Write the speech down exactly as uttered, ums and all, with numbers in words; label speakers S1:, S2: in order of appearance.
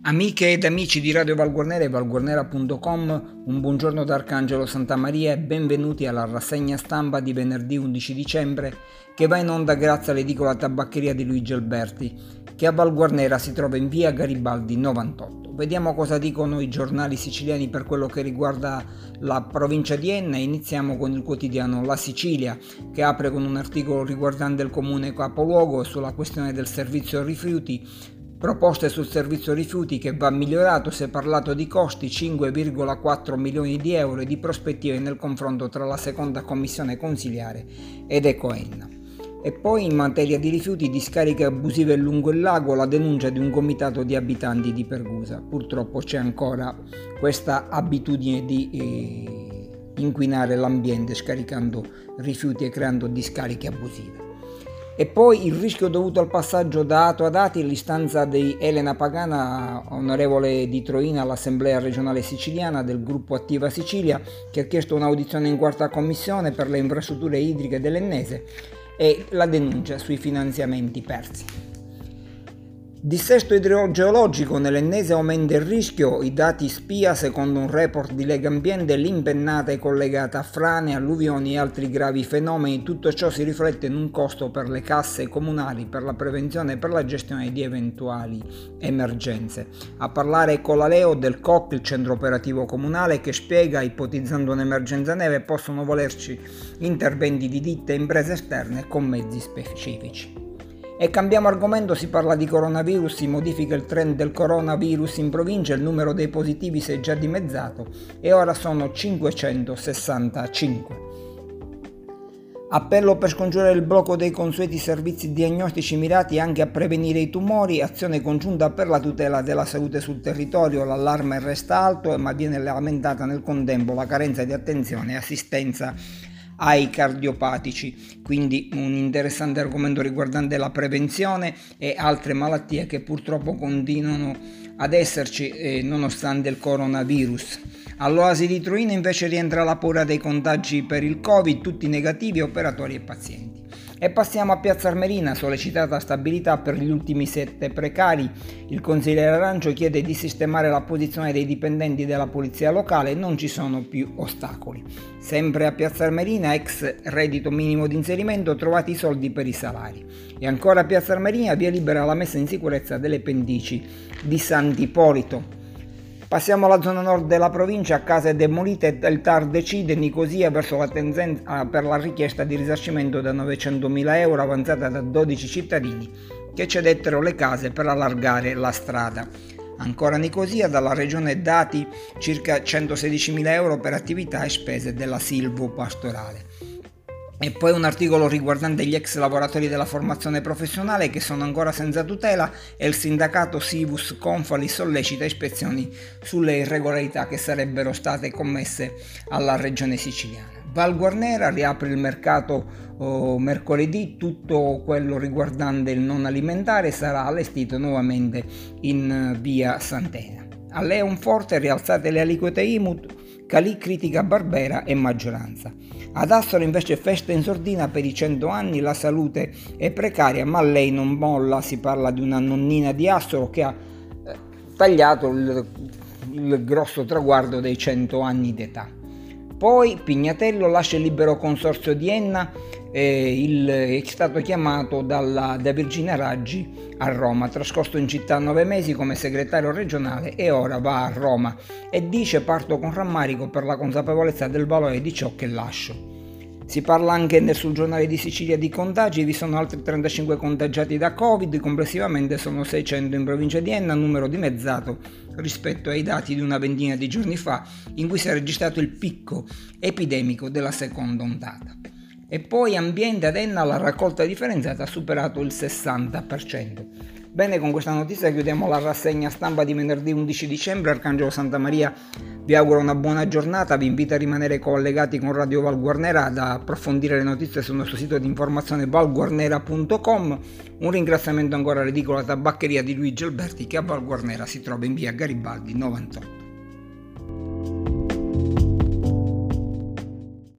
S1: Amiche ed amici di Radio Valguarnera e valguarnera punto com, un buongiorno da Arcangelo Santamaria e benvenuti alla rassegna stampa di venerdì undici dicembre che va in onda grazie all'edicola tabaccheria di Luigi Alberti, che a Valguarnera si trova in via Garibaldi novantotto. Vediamo cosa dicono i giornali siciliani per quello che riguarda la provincia di Enna. Iniziamo con il quotidiano La Sicilia, che apre con un articolo riguardante il comune capoluogo sulla questione del servizio rifiuti. Proposte sul servizio rifiuti che va migliorato. Si è parlato di costi cinque virgola quattro milioni di euro e di prospettive nel confronto tra la seconda commissione consiliare ed Ecoenna. E poi in materia di rifiuti, discariche abusive lungo il lago, la denuncia di un comitato di abitanti di Pergusa. Purtroppo c'è ancora questa abitudine di eh, inquinare l'ambiente scaricando rifiuti e creando discariche abusive. E poi il rischio dovuto al passaggio da Ato ad Ati, l'istanza di Elena Pagana, onorevole di Troina all'Assemblea regionale siciliana del gruppo Attiva Sicilia, che ha chiesto un'audizione in quarta commissione per le infrastrutture idriche dell'Ennese e la denuncia sui finanziamenti persi. Dissesto idrogeologico, nell'Ennese aumenta il rischio, i dati spia secondo un report di Legambiente, l'impennata è collegata a frane, alluvioni e altri gravi fenomeni. Tutto ciò si riflette in un costo per le casse comunali per la prevenzione e per la gestione di eventuali emergenze. A parlare con la Leo del C O C, il centro operativo comunale, che spiega, ipotizzando un'emergenza neve possono volerci interventi di ditte e imprese esterne con mezzi specifici. E cambiamo argomento, si parla di coronavirus, si modifica il trend del coronavirus in provincia, il numero dei positivi si è già dimezzato e ora sono cinquecentosessantacinque. Appello per scongiurare il blocco dei consueti servizi diagnostici mirati anche a prevenire i tumori, azione congiunta per la tutela della salute sul territorio. L'allarme resta alto, ma viene lamentata nel contempo la carenza di attenzione e assistenza ai cardiopatici, quindi un interessante argomento riguardante la prevenzione e altre malattie che purtroppo continuano ad esserci eh, nonostante il coronavirus. All'Oasi di Troina invece rientra la paura dei contagi per il Covid, tutti negativi, operatori e pazienti. E passiamo a Piazza Armerina, sollecitata stabilità per gli ultimi sette precari. Il consigliere Arancio chiede di sistemare la posizione dei dipendenti della polizia locale, non ci sono più ostacoli. Sempre a Piazza Armerina, ex reddito minimo di inserimento, trovati i soldi per i salari. E ancora a Piazza Armerina, via libera alla messa in sicurezza delle pendici di Sant'Ippolito. Passiamo alla zona nord della provincia, case demolite, il T A R decide, Nicosia verso la tendenza per la richiesta di risarcimento da novecentomila euro avanzata da dodici cittadini che cedettero le case per allargare la strada. Ancora Nicosia, dalla regione dati circa centosedicimila euro per attività e spese della Silvo Pastorale. E poi un articolo riguardante gli ex lavoratori della formazione professionale che sono ancora senza tutela e il sindacato Sivus Confali sollecita ispezioni sulle irregolarità che sarebbero state commesse alla regione siciliana. Valguarnera riapre il mercato oh, mercoledì, tutto quello riguardante il non alimentare sarà allestito nuovamente in via Sant'Ena. A Leonforte rialzate le aliquote I M U, Calì critica Barbera e maggioranza. Ad Assolo invece festa in sordina per i cento anni, la salute è precaria ma lei non molla, si parla di una nonnina di Assolo che ha eh, tagliato il, il grosso traguardo dei cento anni d'età. Poi Pignatello lascia il libero consorzio di Enna, eh, il, è stato chiamato dalla, da Virginia Raggi a Roma, trascorso in città nove mesi come segretario regionale e ora va a Roma e dice parto con rammarico per la consapevolezza del valore di ciò che lascio. Si parla anche sul giornale di Sicilia di contagi, vi sono altri trentacinque contagiati da Covid, complessivamente sono seicento in provincia di Enna, numero dimezzato rispetto ai dati di una ventina di giorni fa in cui si è registrato il picco epidemico della seconda ondata. E poi ambiente, ad Enna la raccolta differenziata ha superato il sessanta per cento. Bene, con questa notizia chiudiamo la rassegna stampa di venerdì undici dicembre. Arcangelo Santamaria vi auguro una buona giornata, vi invito a rimanere collegati con Radio Valguarnera, ad approfondire le notizie sul nostro sito di informazione valguarnera punto com. Un ringraziamento ancora all'edicola tabaccheria di Luigi Alberti che a Valguarnera si trova in via Garibaldi novantotto.